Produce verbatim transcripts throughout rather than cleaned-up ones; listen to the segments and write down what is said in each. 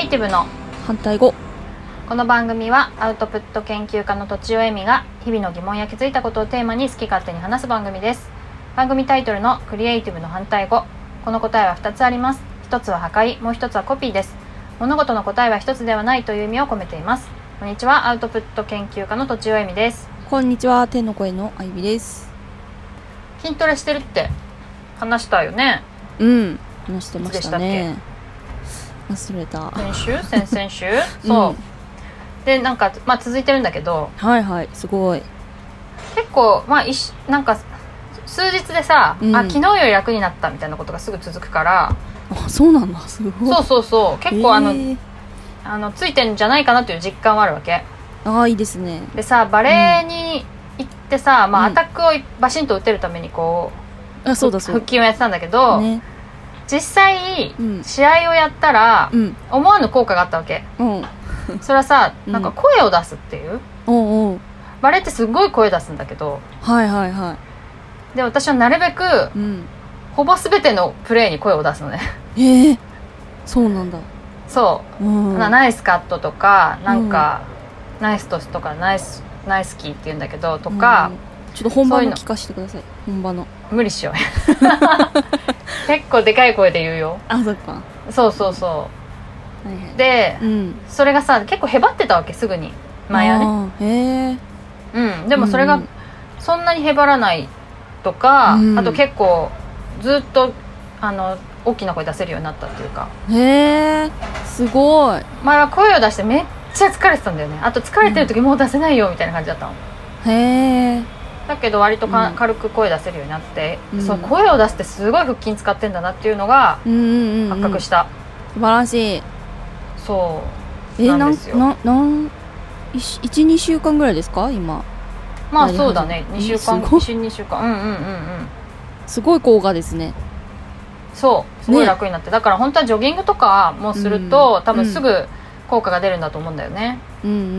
イティブの反対語。 この番組はアウトプット研究家のとちおえみが日々の疑問や気づいたことをテーマに好き勝手に話す番組です。番組タイトルのクリエイティブの反対語、この答えはふたつあります。ひとつは破壊、もうひとつはコピーです。物事の答えはひとつではないという意味を込めています。こんにちは、アウトプット研究家のとちおえみです。 こんにちは、天の声のあゆみです。 筋トレしてるって話したよね。 うん、話してましたね。忘れた。 先週先々週そう、うん、でなんか、まあ、続いてるんだけど、 はいはい、すごい。 結構まあいしなんか数日でさ、うん、あ昨日より楽になったみたいなことがすぐ続くから。 あ、そうなんだ、すごい。 そうそうそう、結構あの、えー、あのついてるんじゃないかなという実感はあるわけ。 ああ、いいですね。 でさ、バレーに行ってさ、うん、まあ、アタックをバシンと打てるためにこう、 あ、そうだそうだ、 腹筋をやってたんだけど、ね、実際、うん、試合をやったら、うん、思わぬ効果があったわけ、うん、それはさ、なんか声を出すっていう、うん、おうおう、バレーってすごい声出すんだけど、はいはいはい、で私はなるべく、うん、ほぼ全てのプレーに声を出すのね。えー、そうなんだ。そう、うん、ナイスカットとかなんか、うん、ナイストスとかナイスナイスキーって言うんだけどとか、 うん、ちょっと本場の聞かせてください。本場の無理しよう。結構でかい声で言うよ。 あ、そっか。 そうそうそう、はいはい、で、うん、それがさ結構へばってたわけ、すぐに前はね。へえ、うん、でもそれがそんなにへばらないとか、うん、あと結構ずっとあの大きな声出せるようになったっていうか。へえ、すごい。前は声を出してめっちゃ疲れてたんだよね。あと疲れてる時もう出せないよみたいな感じだったの、うん、へえ。だけど割とか、うん、軽く声出せるようになって、うん、そう、声を出してすごい腹筋使ってんだなっていうのが発覚した、 うんうんうん、素晴らしい。 そうなんですよ。 え、なななん いちにしゅうかんぐらいですか今。 まあそうだね、にしゅうかん、いち、にしゅうかん、うんうんうんうん、 すごい効果ですね。 そうすごい楽になって、ね、だから本当はジョギングとかもすると、うん、多分すぐ効果が出るんだと思うんだよね、うんうんうん、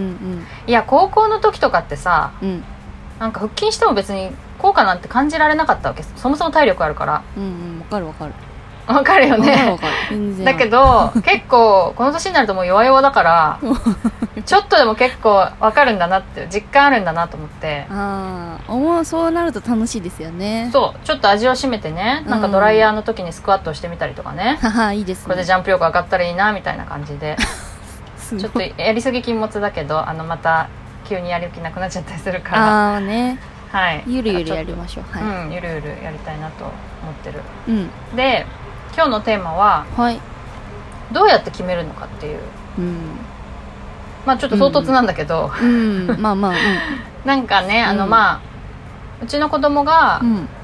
いや高校の時とかってさ、うん、なんか腹筋しても別に効果なんて感じられなかったわけ。そもそも体力あるから。うんうん、わかるわかるわかるよね。わかるわかる、全然。だけど結構この年になるともう弱々だからちょっとでも結構わかるんだなって実感あるんだなと思って。ああ、そうなると楽しいですよね。 そうちょっと味を占めてね、なんかドライヤーの時にスクワットをしてみたりとかね、 うん、いいですね。 これでジャンプ力上がったらいいなみたいな感じでちょっとやりすぎ禁物だけど、あのまた急にやる気なくなっちゃったりするから、あ、ね、はい、ゆるゆるやりましょう、はい、うん、ゆるゆるやりたいなと思ってる、うん、で今日のテーマは、はい、どうやって決めるのかっていう、うん、まあちょっと唐突なんだけど、うんうん、まあまあ、うん、なんかね、あの、うん、まあうちの子供が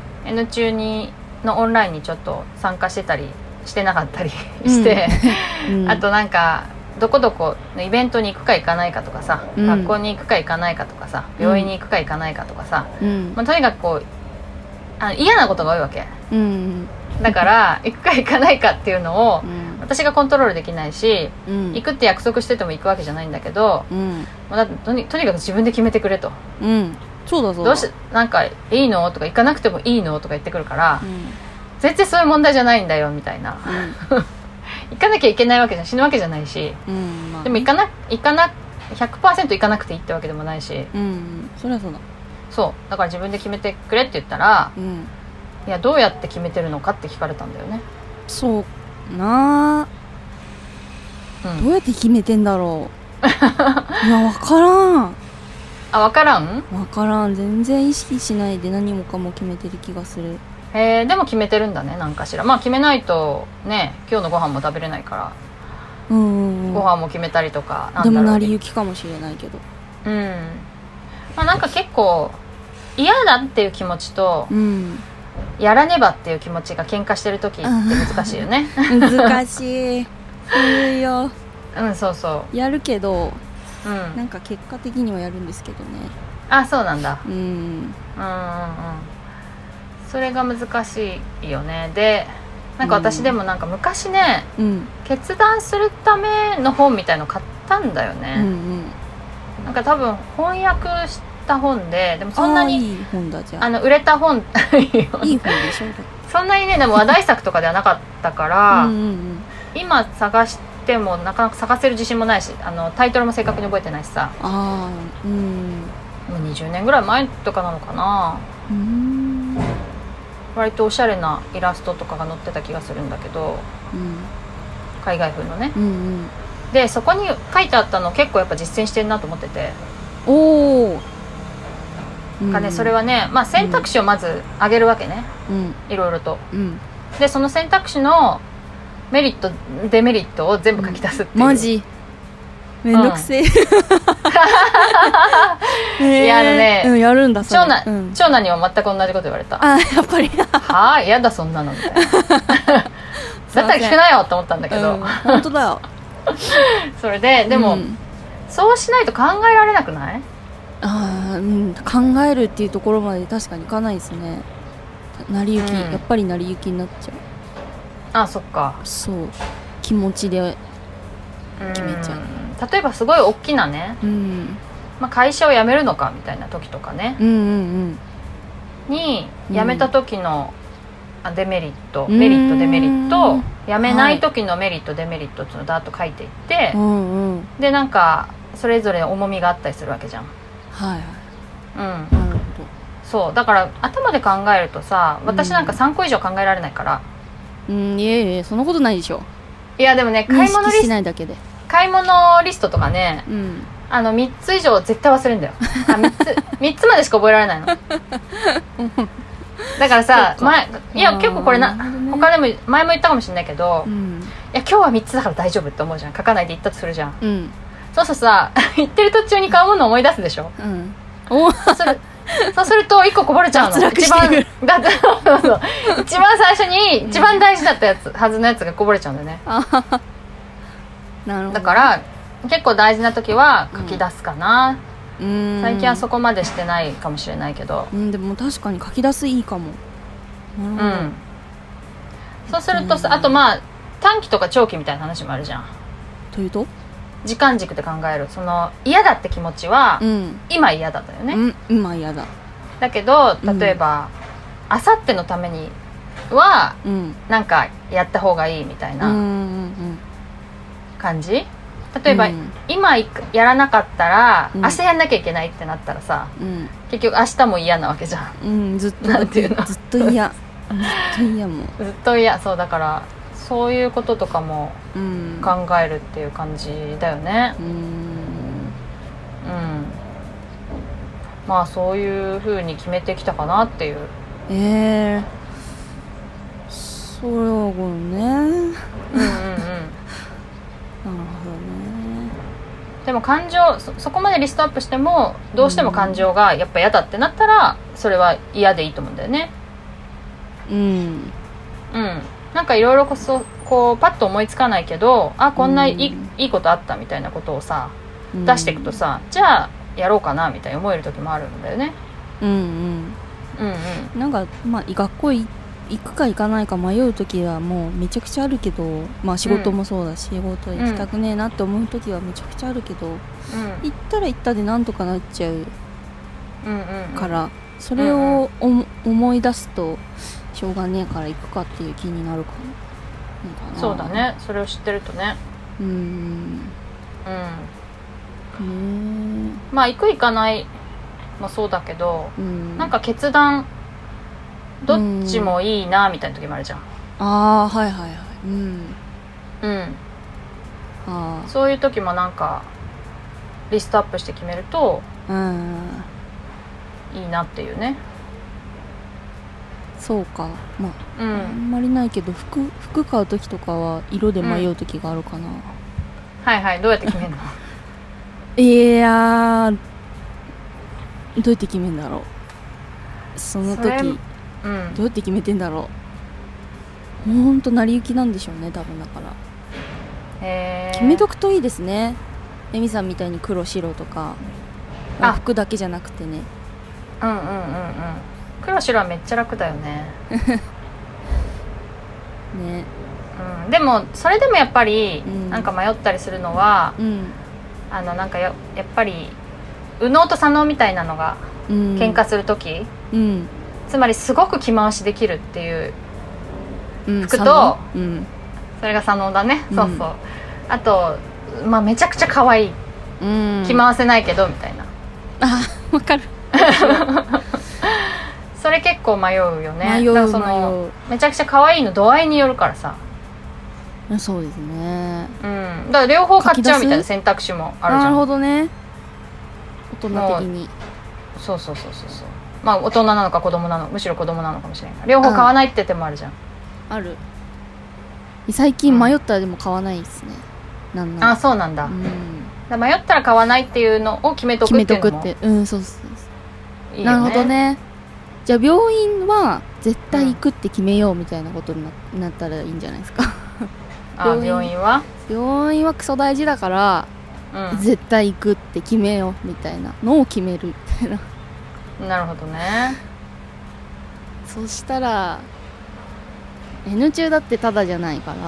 N 中にのオンラインにちょっと参加してたりしてなかったりして、うん、あとなんかどこどこのイベントに行くか行かないかとかさ、うん、学校に行くか行かないかとかさ、病院に行くか行かないかとかさ、うん、まあ、とにかくこうあの嫌なことが多いわけ、うん、だから行くか行かないかっていうのを、うん、私がコントロールできないし、うん、行くって約束してても行くわけじゃないんだけど、うん、まあ、だとに、とにかく自分で決めてくれと、うん、そうだそうだ、どうしなんかいいのとか行かなくてもいいのとか言ってくるから、うん、全然そういう問題じゃないんだよみたいな、うん、行かなきゃいけないわけじゃ死ぬわけじゃないし、うんまあ、でも行かな行かな ひゃくパーセント 行かなくていいってわけでもないし、うん、そりゃそうだ。そうだから自分で決めてくれって言ったら、うん、いやどうやって決めてるのかって聞かれたんだよね。そうな、うん、どうやって決めてんだろう。いや分からん。あ、分からん分からん、全然意識しないで何もかも決めてる気がする。へえ、でも決めてるんだね、なんかしら。まあ決めないとね今日のご飯も食べれないから、うんうんうん、ご飯も決めたりとか、なんだろう、でも成り行きかもしれないけど、うん、まあなんか結構嫌だっていう気持ちと、うん、やらねばっていう気持ちが喧嘩してる時って難しいよね。難しい。そうよ。うん、そうそう。やるけど、うん、なんか結果的にはやるんですけどね。あ、そうなんだ。うん、うんうんうん。それが難しいよね。で、なんか私でもなんか昔ね、うん、決断するための本みたいの買ったんだよね。うんうん、なんか多分翻訳した本で、でもそんなにいい本だじゃあ。あの売れた本いい本でしょ。そんなにねでも話題作とかではなかったから、うんうんうん、今探してもなかなか探せる自信もないし、あのタイトルも正確に覚えてないしさ。 あ、うん、 もうにじゅうねんぐらい前とかなのかな。うーん、割とおしゃれなイラストとかが載ってた気がするんだけど、うん、海外風のね、うんうん、でそこに書いてあったの結構やっぱ実践してるなと思ってて、おー、かね、それはね、まあ、選択肢をまず上げるわけね、うん、いろいろと、うん、でその選択肢のメリットデメリットを全部書き出すっていう、 マジめんどくせえ、うん、 いやあのね、 うん、やるんだそれ、 長男、うん、長男には全く同じこと言われた。 あ、やっぱりはぁ、嫌だそんなのみたいなだったら聞くなよと思ったんだけど、うん、 本当だよそれででも、うん、そうしないと考えられなくない？ あ、うん、考えるっていうところまで確かにいかないですね。成り行き、うん、やっぱり成り行きになっちゃう。 あ、そっか。 そう、気持ちで決めちゃう。 う、例えばすごい大きなね、うん、まあ、会社を辞めるのかみたいな時とかね、うんうんうん、に辞めた時のデメリット、うん、メリットデメリット、辞めない時のメリット、はい、デメリットっていうのをダーッと書いていって、うんうん、でなんかそれぞれ重みがあったりするわけじゃん。はいはい、うん、なるほど。そうだから頭で考えるとさ、私なんかさんこ以上考えられないから、 うん、いえいえ、そんなことないでしょ。 いやでもね、買い物リストしないだけで、 買い物リストとかね、うん、あのみっつ以上絶対忘れるんだよ。あ、みっつみっつまでしか覚えられないのだからさ、前いや結構これな、他でも前も言ったかもしれないけど、うん、いや今日はみっつだから大丈夫って思うじゃん。書かないで言ったとするじゃん、うん、そうそうさ、言ってる途中に買うものを思い出すでしょ、うん、おそれそうするといっここぼれちゃうの。一番だ一番最初に一番大事だったやつ、はずのやつがこぼれちゃうんだよね。なるほど。だから結構大事な時は書き出すかな、うん、最近はそこまでしてないかもしれないけど、 うん、でも確かに書き出すいいかも。 うん、そうするとさ、あとまあ短期とか長期みたいな話もあるじゃん。 というと時間軸で考える、その嫌だって気持ちは、うん、今嫌だだよね、うん、 今嫌だ。 だけど例えば、うん、明後日のためには、うん、なんかやった方がいいみたいな感じ。例えば、うん、今やらなかったら、うん、明日やんなきゃいけないってなったらさ、うん、結局明日も嫌なわけじゃん、 うん、ずっとなんていうのずっと嫌ずっと嫌もずっと嫌。そうだからそういうこととかも考えるっていう感じだよね。うん、うん、まあそういう風に決めてきたかなっていう。 えー、そうね。うんうんうん。なるほどね。 でも感情 そ, そこまでリストアップしてもどうしても感情がやっぱ嫌だってなったら、それは嫌でいいと思うんだよね。うん。うん。なんかいろいろこそこうパッと思いつかないけど、あ、こんないい、うん、いいことあったみたいなことをさ出していくとさ、じゃあやろうかなみたいに思える時もあるんだよね。うんうんうんうん。なんかまあ学校行くか行かないか迷う時はもうめちゃくちゃあるけど、まあ仕事もそうだし、うん、仕事行きたくねえなって思う時はめちゃくちゃあるけど、うん、行ったら行ったでなんとかなっちゃうから、うんうんうん、それをお、うんうん、思い出すとしょうがねえから行くかっていう気になるかな。 そうだね、それを知ってるとね。うんうん。まあ行く行かないもそうだけど、うん、なんか決断どっちもいいなみたいな時もあるじゃん。 ああ、はいはいはい。うんうん。 あ、そういう時もなんかリストアップして決めると、うん、いいなっていうね。 そうか、まあ、うん、あんまりないけど 服, 服買う時とかは色で迷う時があるかな、うん、 はいはい。どうやって決めるのいやー、どうやって決めるんだろう。その時そ、うん、どうやって決めてんだろう。もうほんと成り行きなんでしょうね多分。だからへ決めとくといいですね。エミさんみたいに黒白とか、あ、服だけじゃなくてね。うんうんうんうん。 黒白はめっちゃ楽だよねね、うん、でもそれでもやっぱりなんか迷ったりするのは、うん、あのなんか や, やっぱり右脳と左脳みたいなのが喧嘩するとき、うん、つまりすごく着回しできるっていう服と、うん、それが左脳だね、うん、そうそうあと、まあ、めちゃくちゃ可愛い、うん、着回せないけどみたいな。 あ、わかるそれ結構迷うよね。 迷う、 だからそのめちゃくちゃ可愛いの度合いによるからさ。 そうですね、 うん、だから両方買っちゃうみたいな選択肢もあるじゃん。 なるほどね、大人的に。 そうそうそうそうそう、まあ大人なのか子供なの、むしろ子供なのかもしれない。両方買わないって手もあるじゃん。 ある。最近迷ったらでも買わないですね、うん、なんなん。 あ、そうなんだ、うん、だ迷ったら買わないっていうのを決めとくっていうのも決めとくって、うん、そうそうそう、いいよね。なるほどね。じゃあ病院は絶対行くって決めようみたいなことに な, なったらいいんじゃないですかあ、病院、病院は病院はクソ大事だから、うん、絶対行くって決めようみたいなのを決めるみたいな。 なるほどね。 そしたら N 中だってタダじゃないから、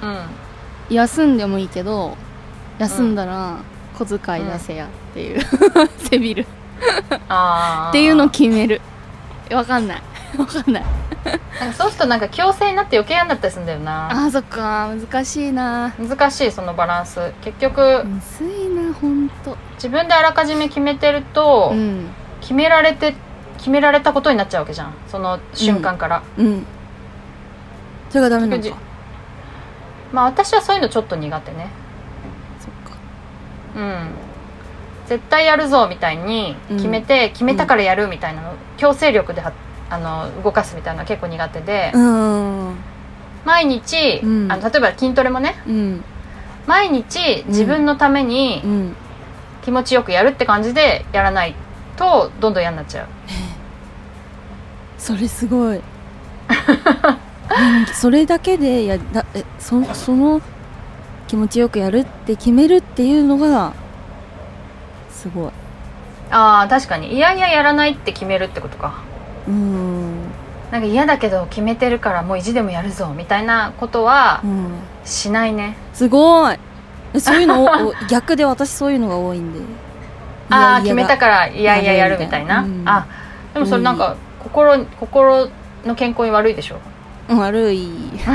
うん、休んでもいいけど休んだら小遣い出せやっていう、うん、せびるあっていうのを決める。わかんないわかんないなんかそうするとなんか強制になって余計嫌になったりするんだよな。 あ、そっか、難しいな。 難しい、そのバランス。結局むずいな、ほんと。 自分であらかじめ決めてると、うん、決められて決められたことになっちゃうわけじゃん、その瞬間から。うん、うん、 それがダメなのか。 まあ私はそういうのちょっと苦手ね。 そっか。 うん、絶対やるぞみたいに決めて、うん、決めたからやるみたいなの、うん、強制力ではあの動かすみたいなのは結構苦手で、うん、毎日、うん、あの例えば筋トレもね、うん、毎日自分のために気持ちよくやるって感じでやらないとどんどん嫌になっちゃう。 それすごいそれだけでやだえ そ, その気持ちよくやるって決めるっていうのがすごい。 ああ、確かに。いやいややらないって決めるってことか。うーん、なんか嫌だけど決めてるからもう意地でもやるぞみたいなことはしないね、 うん、すごい。そういうの逆で私そういうのが多いんでああ、決めたからいやいややるみたいな、うん、あ、でもそれなんか心、心の健康に悪いでしょ。 悪い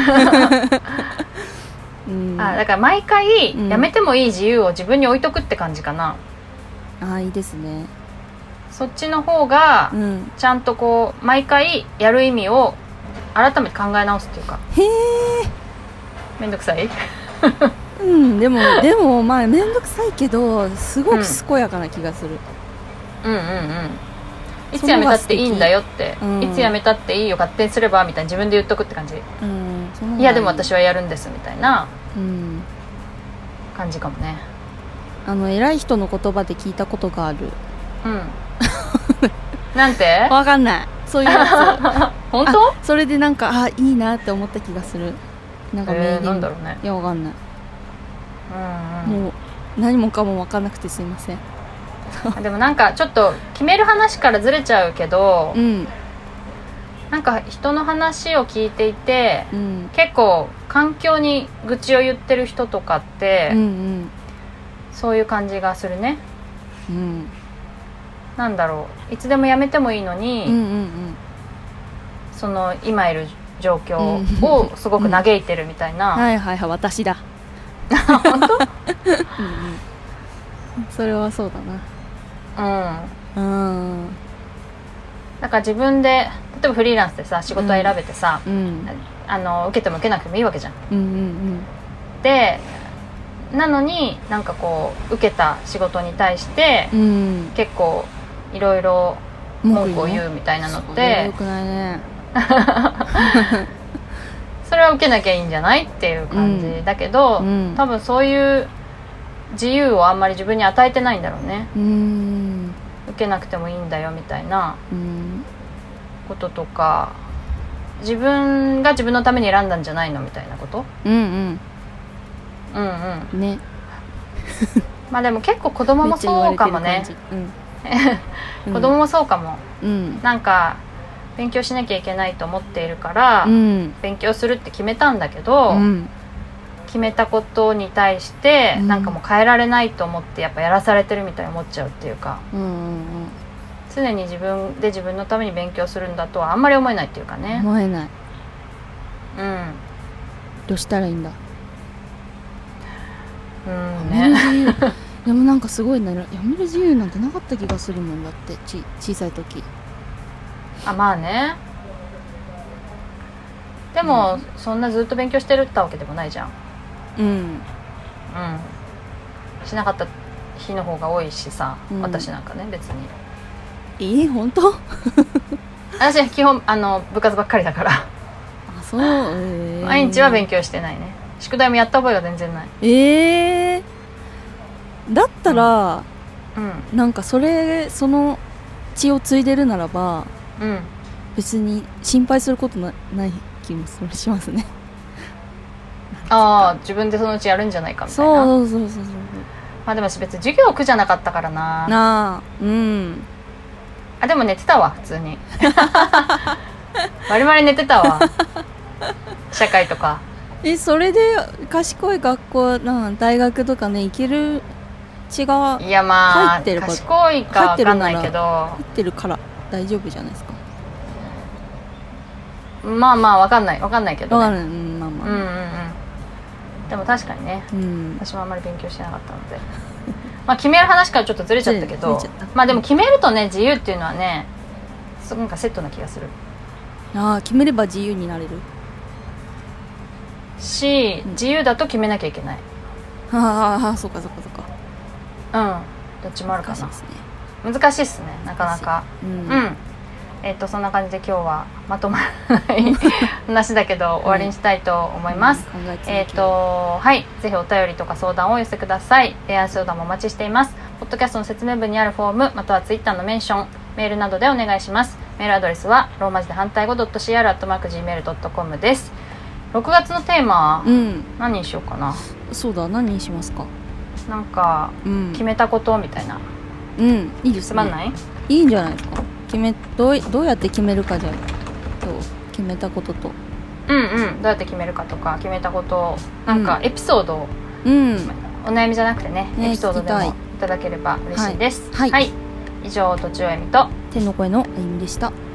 うん、あ、だから毎回やめてもいい自由を自分に置いとくって感じかな、 うん、ああ、いいですね。 そっちの方がちゃんとこう毎回やる意味を改めて考え直すっていうか。 へえ、 めんどくさいうん、でもでもまあめんどくさいけどすごく健やかな気がする、 うん、うんうんうん。いつやめたっていいんだよって、うん、いつやめたっていいよ、勝手にすればみたいな自分で言っとくって感じ、うん、いやでも私はやるんですみたいな感じかもね。 あの偉い人の言葉で聞いたことがある。 うんなんてわかんない、そういうやつ本当？ それでなんかあいいなって思った気がする。なんか名言、えー、なんだろうね。 いやわかんない、うん、うん、もう何もかもわかんなくてすいませんでもなんかちょっと決める話からずれちゃうけど、うん、なんか人の話を聞いていて、うん、結構環境に愚痴を言ってる人とかって、うんうん、そういう感じがするね、うん、なんだろう、いつでもやめてもいいのに、うんうんうん、その今いる状況をすごく嘆いてるみたいな、 うんうん、はいはいはい、私だ本当、うん、うん、 それはそうだな。うん、うん、 だから自分で例えばフリーランスでさ仕事選べてさ、うん、あの受けても受けなくてもいいわけじゃん、うんうんうん、でなのになんかこう受けた仕事に対して、うん、結構いろいろ文句を言うみたいなのって、 よくないねそれは受けなきゃいいんじゃないっていう感じだけど、うんうん、多分そういう自由をあんまり自分に与えてないんだろうね。うーん、受けなくてもいいんだよみたいなこととか、自分が自分のために選んだんじゃないのみたいなこと、うんうん、うんうんねまあでも結構子供もそうかもね、うん、子供もそうかも、うん、なんか勉強しなきゃいけないと思っているから、うん、勉強するって決めたんだけど、うん、決めたことに対して、うん、なんかもう変えられないと思ってやっぱやらされてるみたいに思っちゃうっていうか、うんうんうん、常に自分で自分のために勉強するんだとはあんまり思えないっていうかね。 思えない。 うん。 どうしたらいいんだ。 うんね、やめる自由でもなんかすごいな、やめる自由なんてなかった気がするもんだって、ち小さい時。 あ、まあね。でも、うん、そんなずっと勉強してるったわけでもないじゃん。うんうんしなかった日の方が多いしさ、うん、私なんかね別に。 えー、本当私は基本あの部活ばっかりだからあ、 そう、えー、 毎日は勉強してないね。宿題もやった覚えが全然ない。 えー、だったら、うんうん、なんかそれその血を継いでるならば、うん、別に心配すること な, ない気もしますねああ、自分でそのうちやるんじゃないかみたいな。 そうそうそうそう。 まあでも別に授業苦じゃなかったからな。 なあ、うん。 あ、でも寝てたわ普通にバリバリ寝てたわ社会とか。 え、それで賢い学校な大学とかね行ける血がいやまあ入ってるか賢いか分かんないけど入ってるから大丈夫じゃないですか。 まあまあ分かんない分かんないけど、ね、 分かんない、うん、まあまあ、うんうんうん、 でも確かにね、うん、私もあんまり勉強してなかったのでまあ決める話からちょっとずれちゃったけど、まあでも決めるとね自由っていうのはねなんかセットな気がする。 ああ、決めれば自由になれるし、うん、自由だと決めなきゃいけない。 ああ、そうかそうかそうか。うん、どっちもあるかな。難しいですね。難しいっすね、なかなか。うん、うんえー、とそんな感じで今日はまとまらない話だけど終わりにしたいと思います、うんうん、えーとはい、ぜひお便りとか相談をお寄せください。恋愛相談もお待ちしています。ポッドキャストの説明文にあるフォームまたはツイッターのメンションメールなどでお願いします。メールアドレスはローマ字で反対語 .cr アットマーク ジーメール ドットコム です。ろくがつのテーマ、うん、何にしようかな。 そうだ、何にしますか。 なんか、うん、決めたことみたいな。 うん、いいですね。 つまんない？ いいんじゃないですか。決め ど, うどうやって決めるかじゃと決めたこととうんうんどうやって決めるかとか決めたことなんかエピソードを、うん、お悩みじゃなくて ね, ねエピソードでもいただければ嬉しいです。はい、はいはい、以上とちおえみと天の声のあゆみでした。